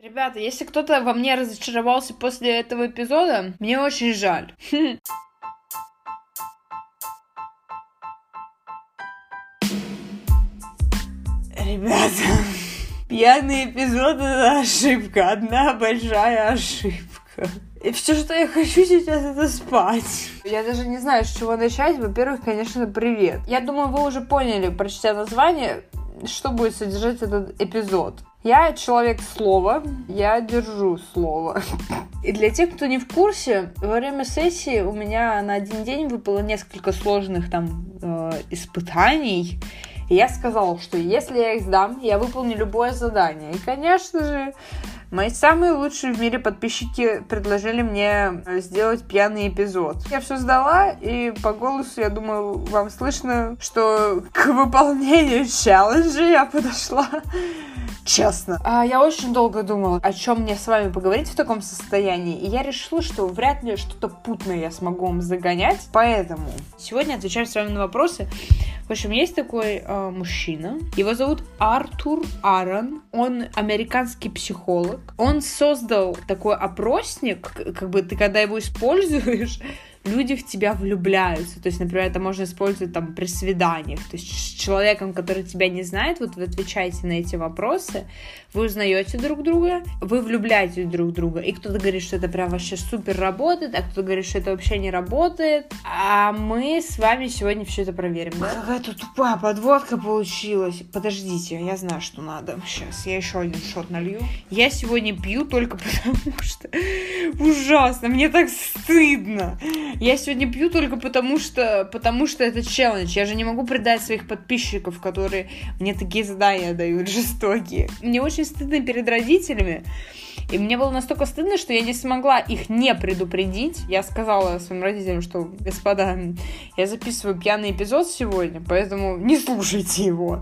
Ребята, если кто-то во мне разочаровался после этого эпизода, мне очень жаль. Ребята, пьяный эпизод — это ошибка, одна большая ошибка. И все, что я хочу сейчас, это спать. Я даже не знаю, с чего начать. Во-первых, конечно, привет. Я думаю, вы уже поняли, прочтя название, что будет содержать этот эпизод. Я человек слова, я держу слово. И для тех, кто не в курсе, во время сессии у меня на один день выпало несколько сложных испытаний. И я сказала, что если я их сдам, я выполню любое задание. И, конечно же, мои самые лучшие в мире подписчики предложили мне сделать пьяный эпизод. Я все сдала, и по голосу, я думаю, вам слышно, что к выполнению челленджа я подошла честно. Я очень долго думала, о чем мне с вами поговорить в таком состоянии, и я решила, что вряд ли что-то путное я смогу вам загонять, поэтому сегодня отвечаем с вами на вопросы. В общем, есть такой мужчина, его зовут Артур Арон, он американский психолог, он создал такой опросник, как бы ты когда его используешь, люди в тебя влюбляются. То есть, например, это можно использовать там при свиданиях. То есть с человеком, который тебя не знает, вот вы отвечаете на эти вопросы, вы узнаете друг друга, вы влюбляетесь друг в друга. И кто-то говорит, что это прям вообще супер работает, а кто-то говорит, что это вообще не работает. А мы с вами сегодня все это проверим, да? Какая-то тупая подводка получилась. Подождите, я знаю, что надо. Сейчас я еще один шот налью. Я сегодня пью только потому, что ужасно, мне так стыдно. Я сегодня пью только потому что это челлендж. Я же не могу предать своих подписчиков, которые мне такие задания дают жестокие. Мне очень стыдно перед родителями. И мне было настолько стыдно, что я не смогла их не предупредить. Я сказала своим родителям, что, господа, я записываю пьяный эпизод сегодня, поэтому не слушайте его.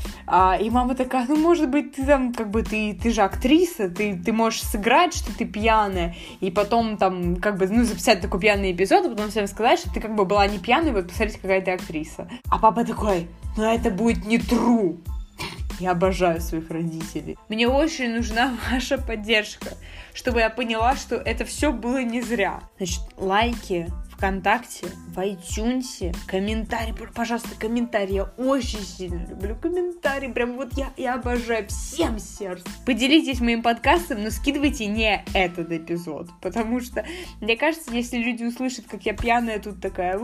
И мама такая, может быть, ты там, ты же актриса, ты можешь сыграть, что ты пьяная, и потом там, записать такой пьяный эпизод, а потом всем сказать, что ты была не пьяная, вот посмотрите, какая ты актриса. А папа такой, это будет не true. Я обожаю своих родителей. Мне очень нужна ваша поддержка, чтобы я поняла, что это все было не зря. Значит, лайки ВКонтакте, в iTunes, комментарии, пожалуйста, комментарии, я очень сильно люблю комментарии, прям вот я обожаю всем сердцем. Поделитесь моим подкастом, но скидывайте не этот эпизод, потому что, мне кажется, если люди услышат, как я пьяная тут такая,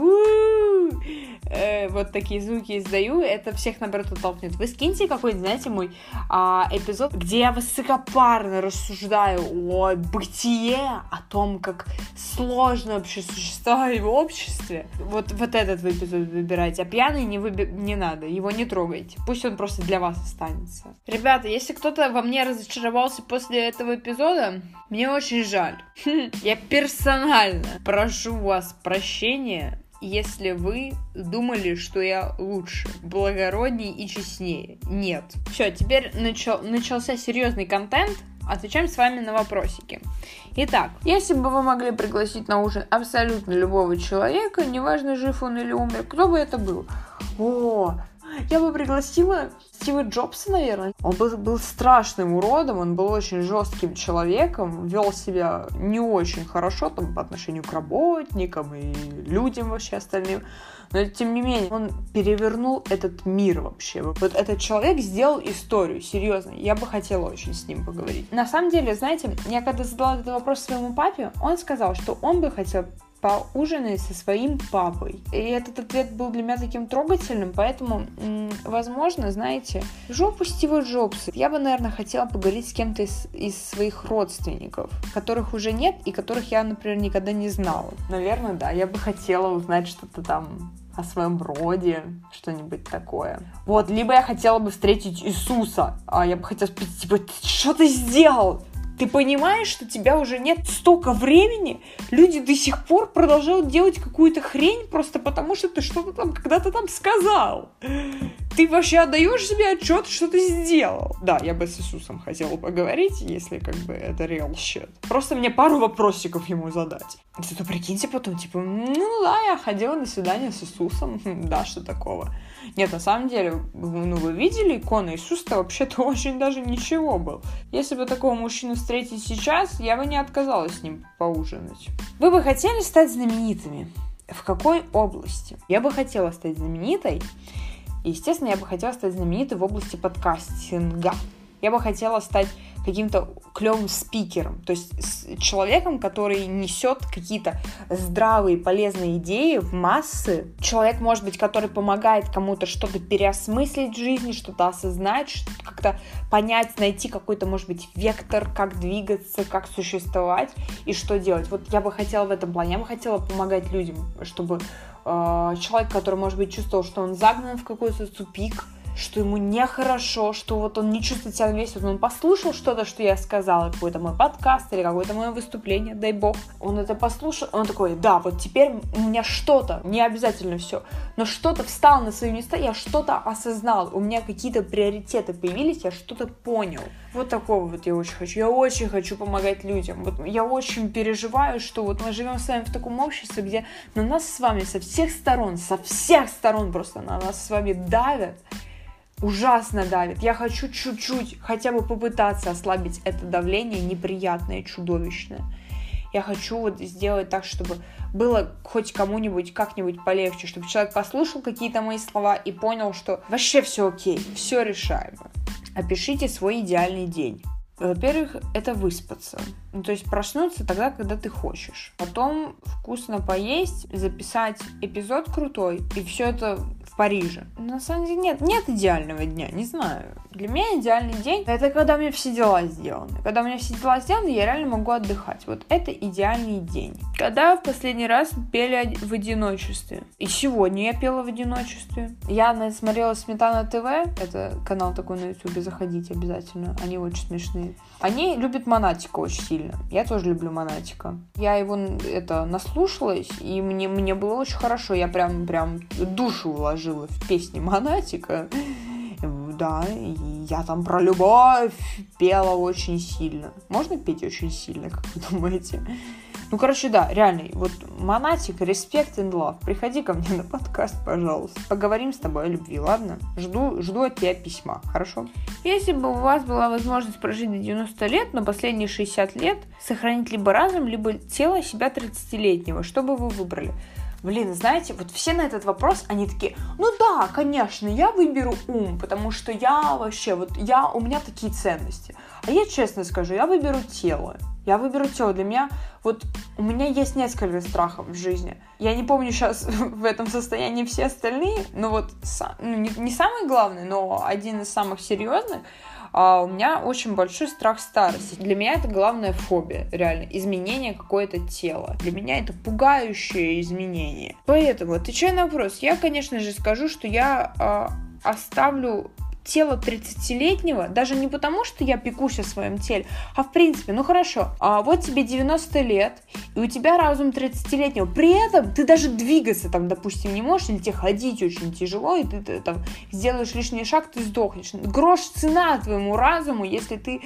вот такие звуки издаю, это всех, наоборот, оттолкнет. Вы скиньте какой-нибудь, знаете, мой эпизод, где я высокопарно рассуждаю о бытие, о том, как сложно вообще существовать в обществе. Вот этот вы эпизод выбирайте, а пьяный не надо, его не трогайте. Пусть он просто для вас останется. Ребята, если кто-то во мне разочаровался после этого эпизода, мне очень жаль. Я персонально прошу вас прощения, если вы думали, что я лучше, благороднее и честнее. Нет. Все, теперь начался серьезный контент. Отвечаем с вами на вопросики. Итак, если бы вы могли пригласить на ужин абсолютно любого человека, неважно, жив он или умер, кто бы это был? Я бы пригласила Стива Джобса, наверное. Он был страшным уродом, он был очень жестким человеком, вел себя не очень хорошо по отношению к работникам и людям вообще остальным. Но, тем не менее, он перевернул этот мир вообще. Вот этот человек сделал историю, серьезно. Я бы хотела очень с ним поговорить. На самом деле, знаете, я когда задала этот вопрос своему папе, он сказал, что он бы хотел поужинать со своим папой. И этот ответ был для меня таким трогательным, поэтому, возможно, знаете, жопу Стива Джобса. Я бы, наверное, хотела поговорить с кем-то из своих родственников, которых уже нет и которых я, например, никогда не знала. Наверное, да, я бы хотела узнать что-то там о своем роде, что-нибудь такое. Вот, либо я хотела бы встретить Иисуса, я бы хотела спросить, что ты сделал? Ты понимаешь, что тебя уже нет столько времени? Люди до сих пор продолжают делать какую-то хрень просто потому, что ты что-то там когда-то там сказал. Ты вообще отдаешь себе отчет, что ты сделал? Да, я бы с Иисусом хотела поговорить, если как бы это real shit. Просто мне пару вопросиков ему задать. Зато прикиньте потом, типа, ну да, я ходила на свидание с Иисусом. Да, что такого? Нет, на самом деле, ну вы видели икону Иисуса-то вообще-то очень даже ничего был. Если бы такого мужчину встретить сейчас, я бы не отказалась с ним поужинать. Вы бы хотели стать знаменитыми? В какой области? Я бы хотела стать знаменитой. И, естественно, я бы хотела стать знаменитой в области подкастинга. Я бы хотела стать каким-то клевым спикером, то есть человеком, который несет какие-то здравые, полезные идеи в массы. Человек, может быть, который помогает кому-то что-то переосмыслить в жизни, что-то осознать, как-то понять, найти какой-то, может быть, вектор, как двигаться, как существовать и что делать. Вот я бы хотела в этом плане, я бы хотела помогать людям, чтобы человек, который, может быть, чувствовал, что он загнан в какой-то тупик, что ему нехорошо, что вот он не чувствует себя вместе, вот он послушал что-то, что я сказала, какой-то мой подкаст или какое-то мое выступление, дай бог, он это послушал, он такой, да, вот теперь у меня что-то, не обязательно все, но что-то встало на свои места, я что-то осознал, у меня какие-то приоритеты появились, я что-то понял. Вот такого вот я очень хочу помогать людям, вот я очень переживаю, что вот мы живем с вами в таком обществе, где на нас с вами со всех сторон просто на нас с вами давят, ужасно давит. Я хочу чуть-чуть хотя бы попытаться ослабить это давление неприятное, чудовищное. Я хочу вот сделать так, чтобы было хоть кому-нибудь как-нибудь полегче, чтобы человек послушал какие-то мои слова и понял, что вообще все окей, все решаемо. Опишите свой идеальный день. Во-первых, это выспаться. Ну, то есть проснуться тогда, когда ты хочешь. Потом вкусно поесть, записать эпизод крутой, и все это в Париже. На самом деле нет идеального дня, не знаю. Для меня идеальный день — это когда у меня все дела сделаны. Когда у меня все дела сделаны, я реально могу отдыхать. Вот это идеальный день. Когда в последний раз пели в одиночестве? И сегодня я пела в одиночестве. Я смотрела Сметана ТВ, это канал такой на ютубе, заходите обязательно, они очень смешные. Они любят Монатика очень сильно. Я тоже люблю Монатика. Я его наслушалась, и мне было очень хорошо. Я прям душу вложила в песни Монатика. Да, и я там про любовь пела очень сильно. Можно петь очень сильно, как вы думаете? Ну, короче, да, реально, вот Монатик, respect and love. Приходи ко мне на подкаст, пожалуйста. Поговорим с тобой о любви, ладно? Жду от тебя письма, хорошо? Если бы у вас была возможность прожить до 90 лет, но последние 60 лет сохранить либо разум, либо тело себя 30-летнего, что бы вы выбрали? Блин, знаете, вот все на этот вопрос, они такие, ну да, конечно, я выберу ум, потому что я вообще, у меня такие ценности. А я честно скажу, я выберу тело. Я выберу тело. Для меня, у меня есть несколько страхов в жизни. Я не помню сейчас в этом состоянии все остальные, но не самый главный, но один из самых серьезных. У меня очень большой страх старости. Для меня это главная фобия, реально, изменение какое-то тела. Для меня это пугающее изменение. Поэтому, отвечая на вопрос, я, конечно же, скажу, что я оставлю тело 30-летнего, даже не потому, что я пекусь о своем теле, а в принципе, ну хорошо, вот тебе 90 лет, и у тебя разум 30-летнего, при этом ты даже двигаться там, допустим, не можешь, или тебе ходить очень тяжело, и ты там сделаешь лишний шаг, ты сдохнешь. Грош цена твоему разуму, если ты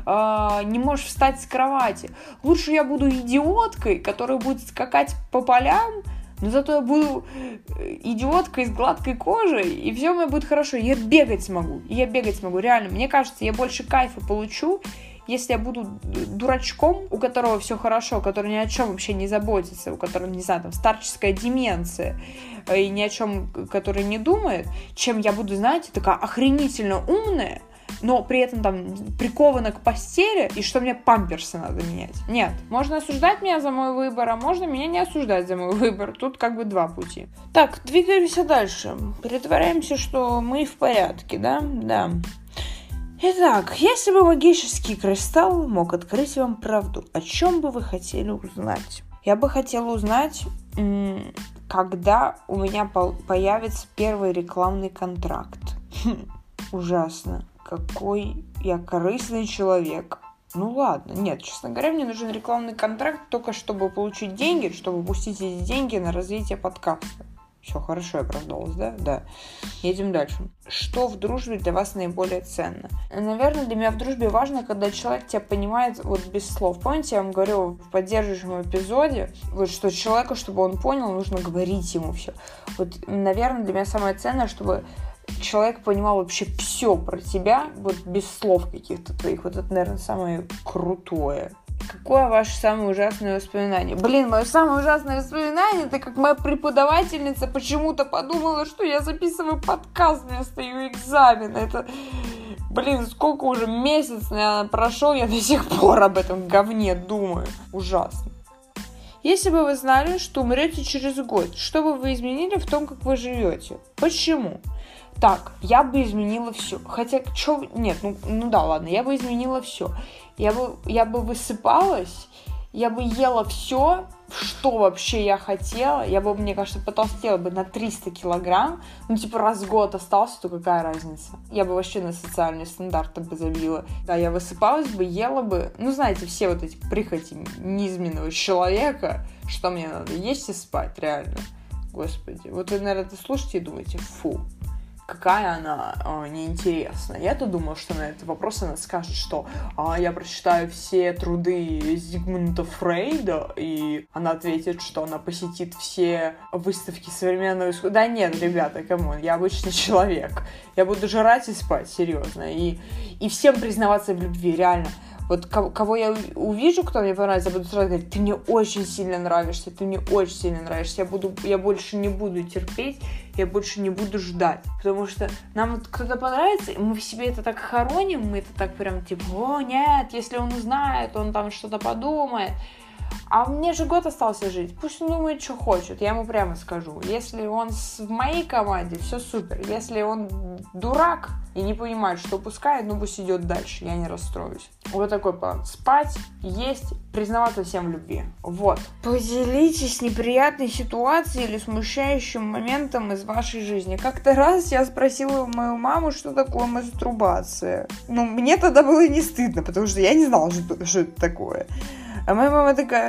не можешь встать с кровати. Лучше я буду идиоткой, которая будет скакать по полям, но зато я буду идиоткой с гладкой кожей, и все у меня будет хорошо. Я бегать смогу, реально. Мне кажется, я больше кайфа получу, если я буду дурачком, у которого все хорошо, который ни о чем вообще не заботится, у которого, не знаю, там, старческая деменция, и ни о чем, который не думает, чем я буду, знаете, такая охренительно умная, но при этом там прикована к постели, и что мне памперсы надо менять. Нет, можно осуждать меня за мой выбор, а можно меня не осуждать за мой выбор. Тут как бы два пути. Так, двигаемся дальше. Притворяемся, что мы в порядке, да? Да. Итак, если бы магический кристалл мог открыть вам правду, о чем бы вы хотели узнать? Я бы хотела узнать, когда у меня появится первый рекламный контракт. Ужасно. Какой я корыстный человек. Ну ладно, нет, честно говоря, мне нужен рекламный контракт только чтобы получить деньги, чтобы пустить эти деньги на развитие подкаста. Все, хорошо, я оправдалась, да? Да. Едем дальше. Что в дружбе для вас наиболее ценно? Наверное, для меня в дружбе важно, когда человек тебя понимает вот без слов. Помните, я вам говорила в поддерживающем эпизоде, вот что человеку, чтобы он понял, нужно говорить ему все. Вот, наверное, для меня самое ценное, чтобы человек понимал вообще все про тебя, вот без слов каких-то твоих. Вот это, наверное, самое крутое. Какое ваше самое ужасное воспоминание? Блин, мое самое ужасное воспоминание, это как моя преподавательница почему-то подумала, что я записываю подкаст вместо ее экзамена. Это, блин, сколько уже месяц, наверное, прошел, я до сих пор об этом говне думаю. Ужасно. Если бы вы знали, что умрете через год, что бы вы изменили в том, как вы живете? Почему? Так, я бы изменила все. Хотя, нет, ну да, ладно, я бы изменила все. Я бы высыпалась, я бы ела все, что вообще я хотела. Я бы, мне кажется, потолстела бы на 300 килограмм. Ну, типа, раз в год остался, то какая разница? Я бы вообще на социальные стандарты бы забила. Да, я высыпалась бы, ела бы. Ну, знаете, все вот эти прихоти низменного человека, что мне надо есть и спать, реально. Господи. Вот вы, наверное, это слушаете и думаете, фу. Какая она неинтересная. Я-то думала, что на этот вопрос она скажет, что я прочитаю все труды Зигмунда Фрейда, и она ответит, что она посетит все выставки современного искусства. Да нет, ребята, камон, я обычный человек. Я буду жрать и спать, серьезно. И всем признаваться в любви, реально. Вот кого я увижу, кто мне понравится, я буду сразу говорить, ты мне очень сильно нравишься, ты мне очень сильно нравишься, я больше не буду терпеть, я больше не буду ждать. Потому что нам вот кто-то понравится, и мы в себе это так хороним, мы это так прям типа, о нет, если он узнает, он там что-то подумает. А мне же год остался жить. Пусть он думает, что хочет. Я ему прямо скажу. Если он в моей команде, все супер. Если он дурак и не понимает, что упускает, ну пусть идет дальше. Я не расстроюсь. Вот такой план. Спать, есть, признаваться всем в любви. Вот. Поделитесь неприятной ситуацией или смущающим моментом из вашей жизни. Как-то раз я спросила мою маму, что такое мастурбация. Ну, мне тогда было не стыдно, потому что я не знала, что это такое. А моя мама такая,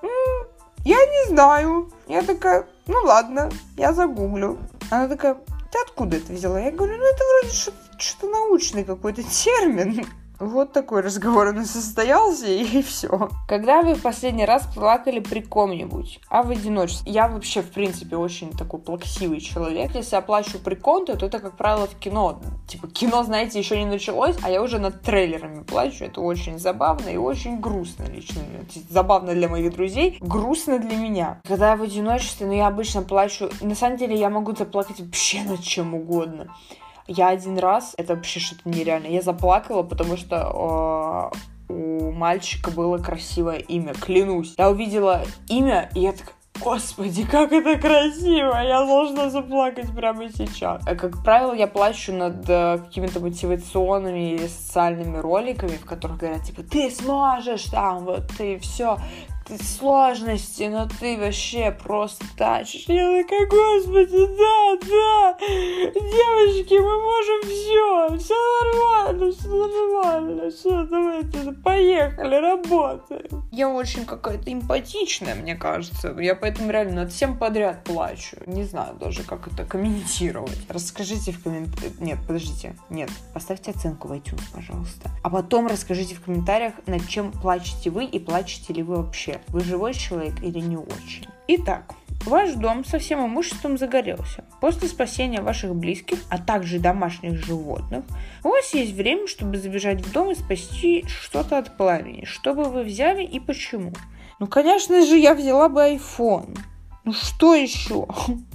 я не знаю. Я такая, ну ладно, я загуглю. Она такая, ты откуда это взяла? Я говорю, ну это вроде что-то научный какой-то термин. Вот такой разговор у нас состоялся, и все. Когда вы в последний раз плакали при ком-нибудь, а в одиночестве? Я вообще, в принципе, очень такой плаксивый человек. Если я плачу при ком-то, то это, как правило, в кино. Типа, кино, знаете, еще не началось, а я уже над трейлерами плачу. Это очень забавно и очень грустно лично. Забавно для моих друзей, грустно для меня. Когда я в одиночестве, ну, я обычно плачу. На самом деле, я могу заплакать вообще над чем угодно. Я один раз, это вообще что-то нереально, я заплакала, потому что у мальчика было красивое имя, клянусь. Я увидела имя, и я такая, господи, как это красиво, я должна заплакать прямо сейчас. Как правило, я плачу над какими-то мотивационными или социальными роликами, в которых говорят, типа, ты сможешь, там, вот, ты все... Ты сложности, но ты вообще просто тащишь. Я такая, господи, да, девочки, мы можем все нормально, все, давайте, поехали, работаем. Я очень какая-то эмпатичная, мне кажется, я поэтому реально над всем подряд плачу. Не знаю даже, как это комментировать. Расскажите в комментариях, нет, подождите, нет, поставьте оценку в iTunes, пожалуйста. А потом расскажите в комментариях, над чем плачете вы и плачете ли вы вообще. Вы живой человек или не очень? Итак, ваш дом со всем имуществом загорелся. После спасения ваших близких, а также домашних животных, у вас есть время, чтобы забежать в дом и спасти что-то от пламени. Что бы вы взяли и почему? Ну, конечно же, я взяла бы iPhone. Ну, что еще?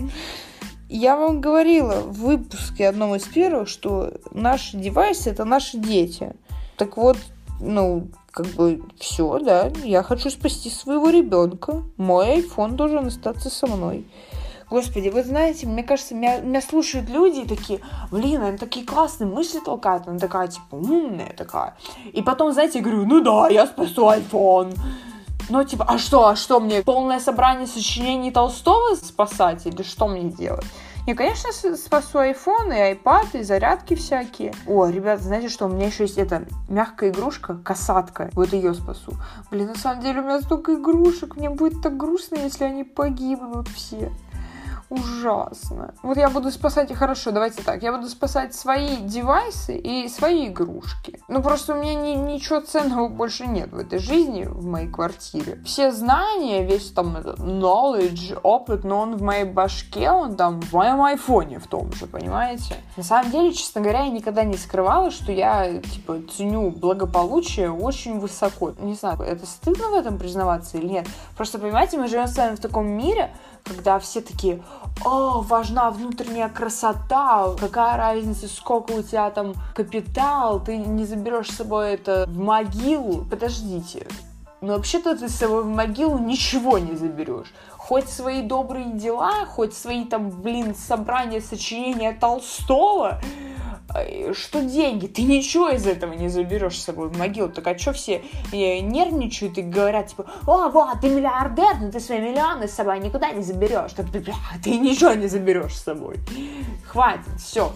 Я вам говорила в выпуске одном из первых, что наши девайсы — это наши дети. Так вот, ну, как бы все, да, я хочу спасти своего ребенка. Мой iPhone должен остаться со мной. Господи, вы знаете, мне кажется, меня слушают люди и такие, блин, они такие классные мысли толкают. Она такая, типа, умная такая. И потом, знаете, я говорю, ну да, я спасу iPhone. Ну, типа, а что мне, полное собрание сочинений Толстого спасать? Или что мне делать? Я, конечно, спасу iPhone, и iPad, и зарядки всякие. О, ребята, знаете что, у меня еще есть эта мягкая игрушка, касатка. Вот ее спасу. Блин, на самом деле у меня столько игрушек, мне будет так грустно, если они погибнут все. ужасно. Вот я буду спасать, хорошо, давайте так, я буду спасать свои девайсы и свои игрушки. Ну, просто у меня ничего ценного больше нет в этой жизни, в моей квартире. Все знания, весь там этот knowledge, опыт, но он в моей башке, он там в моем айфоне в том же, понимаете? На самом деле, честно говоря, я никогда не скрывала, что я, типа, ценю благополучие очень высоко. Не знаю, это стыдно в этом признаваться или нет. Просто, понимаете, мы живем с вами в таком мире, когда все такие: о, важна внутренняя красота, какая разница, сколько у тебя там капитал, ты не заберешь с собой это в могилу. Подождите, но вообще-то ты с собой в могилу ничего не заберешь. Хоть свои добрые дела, хоть свои там, собрания, сочинения Толстого, что деньги, ты ничего из этого не заберешь с собой в могилу. Так а что все нервничают и говорят, типа: о, вот, ты миллиардер, но ты свои миллионы с собой никуда не заберешь. Так ты ничего не заберешь с собой. Хватит, все.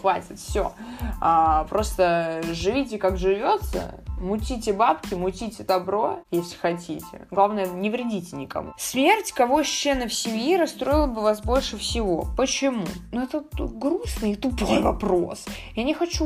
Просто живите, как живется. Мутите бабки, мутите добро, если хотите. Главное, не вредите никому. Смерть кого из членов семьи расстроила бы вас больше всего? Почему? Ну, это грустный и тупой вопрос. Я не хочу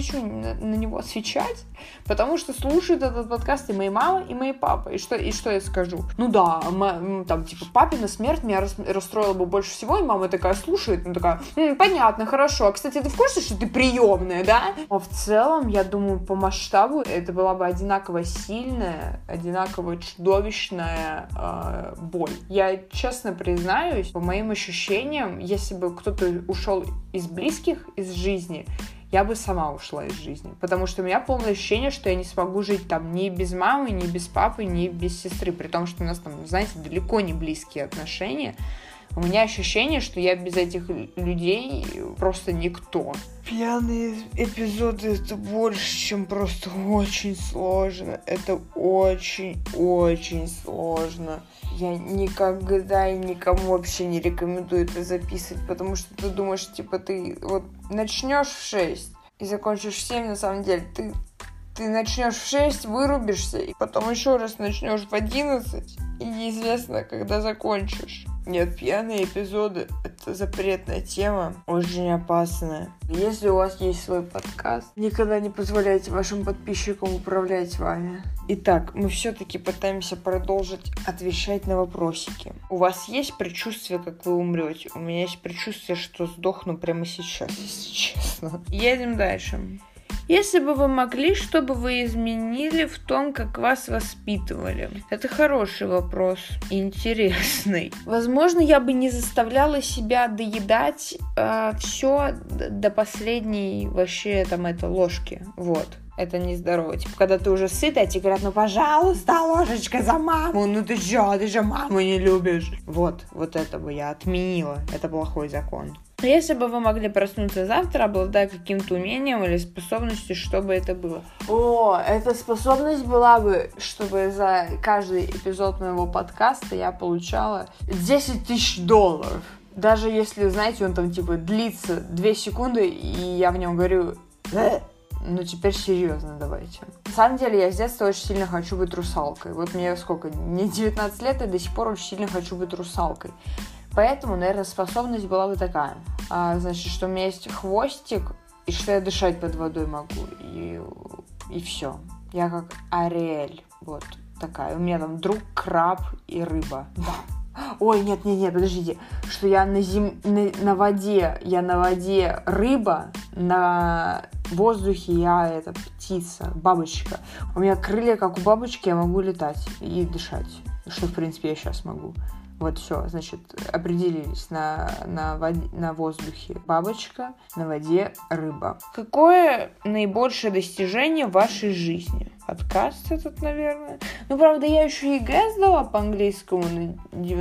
на него отвечать, потому что слушают этот подкаст и мои мама, и мои папа. И что я скажу? Ну да, там, типа, папина смерть меня расстроила бы больше всего, и мама такая слушает, такая: понятно, хорошо. А, кстати, ты в курсе, что ты приемная, да? А в целом, я думаю, по масштабу это была бы одинаково сильная, одинаково чудовищная боль. Я честно признаюсь, по моим ощущениям, если бы кто-то ушел из близких, из жизни, я бы сама ушла из жизни. Потому что у меня полное ощущение, что я не смогу жить там ни без мамы, ни без папы, ни без сестры. При том, что у нас там, знаете, далеко не близкие отношения. У меня ощущение, что я без этих людей просто никто. Пьяные эпизоды — это больше, чем просто очень сложно. Это очень-очень сложно. Я никогда и никому вообще не рекомендую это записывать, потому что ты думаешь, типа, ты вот начнешь в 6 и закончишь в 7, на самом деле. Ты начнешь в 6, вырубишься, и потом еще раз начнешь в 11, и неизвестно, когда закончишь. Нет, пьяные эпизоды — это запретная тема, очень опасная. Если у вас есть свой подкаст, никогда не позволяйте вашим подписчикам управлять вами. Итак, мы все-таки пытаемся продолжить отвечать на вопросики. У вас есть предчувствие, как вы умрете? У меня есть предчувствие, что сдохну прямо сейчас, если честно. Едем дальше. Если бы вы могли, что бы вы изменили в том, как вас воспитывали? Это хороший вопрос, интересный. Возможно, я бы не заставляла себя доедать все до последней вообще ложки. Вот. Это нездорово. Типа, когда ты уже сытая, тебе говорят: ну, пожалуйста, ложечка за маму. Ну, ты же маму не любишь. Вот это бы я отменила. Это плохой закон. Если бы вы могли проснуться завтра, обладая каким-то умением или способностью, что бы это было? О, эта способность была бы, чтобы за каждый эпизод моего подкаста я получала $10 000. Даже если, знаете, он там типа длится 2 секунды, и я в нем говорю: ну, теперь серьезно давайте. На самом деле, я с детства очень сильно хочу быть русалкой. Вот мне мне 19 лет, и до сих пор очень сильно хочу быть русалкой. Поэтому, наверное, способность была бы такая. Значит, что у меня есть хвостик, и что я дышать под водой могу. И все. Я как Ариэль. Вот такая. У меня там друг краб и рыба. Да. Ой, нет, подождите. Что я на воде рыба, на воздухе я птица, бабочка. У меня крылья, как у бабочки, я могу летать и дышать. Что, в принципе, я сейчас могу. Вот все, значит, определились на воздухе бабочка, на воде рыба. Какое наибольшее достижение в вашей жизни? Подкаст этот, наверное. Ну, правда, я еще ЕГЭ сдала по английскому на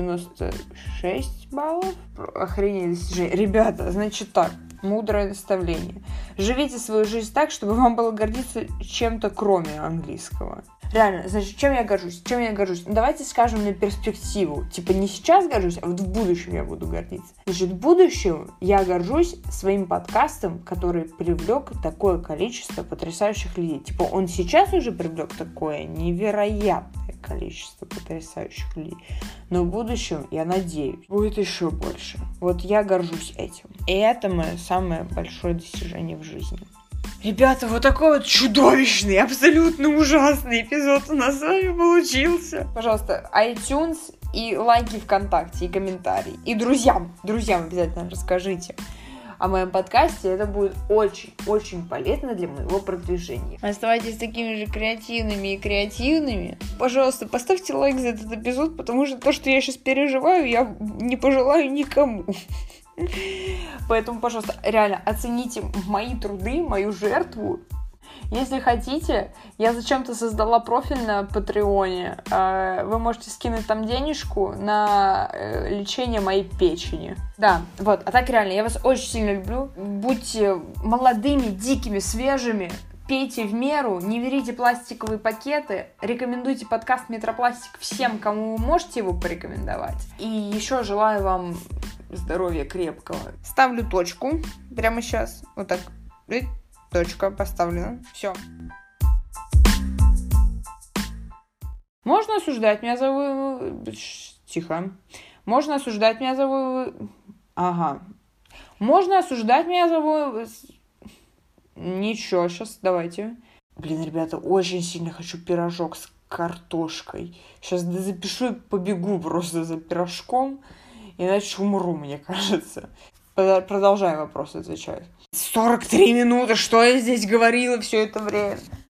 96 баллов. Охренеть достижение. Ребята, значит так, мудрое наставление. Живите свою жизнь так, чтобы вам было гордиться чем-то, кроме английского. Реально, значит, чем я горжусь? Давайте скажем на перспективу. Типа не сейчас горжусь, а вот в будущем я буду гордиться. Значит, в будущем я горжусь своим подкастом, который привлек такое количество потрясающих людей. Типа он сейчас уже привлек такое невероятное количество потрясающих людей. Но в будущем, я надеюсь, будет еще больше. Вот я горжусь этим. И это мое самое большое достижение в жизни. Ребята, вот такой вот чудовищный, абсолютно ужасный эпизод у нас с вами получился. Пожалуйста, iTunes и лайки ВКонтакте, и комментарии. И друзьям обязательно расскажите о моем подкасте. Это будет очень-очень полезно для моего продвижения. Оставайтесь такими же креативными и креативными. Пожалуйста, поставьте лайк за этот эпизод, потому что то, что я сейчас переживаю, я не пожелаю никому. Поэтому, пожалуйста, реально оцените мои труды, мою жертву. Если хотите, я зачем-то создала профиль на Патреоне. Вы можете скинуть там денежку на лечение моей печени. Да, вот. А так реально, я вас очень сильно люблю. Будьте молодыми, дикими, свежими. Пейте в меру, не берите пластиковые пакеты. Рекомендуйте подкаст «Метропластик» всем, кому вы можете его порекомендовать. И еще желаю вам здоровья крепкого. Ставлю точку прямо сейчас. Вот так. Точка поставлена. Все. Можно осуждать меня за... Тихо. Можно осуждать меня за... Ага. Можно осуждать меня за... Ничего, сейчас давайте. Блин, ребята, очень сильно хочу пирожок с картошкой. Сейчас запишу и побегу просто за пирожком. Иначе умру, мне кажется. Продолжаем вопрос отвечать. 43 минуты, что я здесь говорила все это время?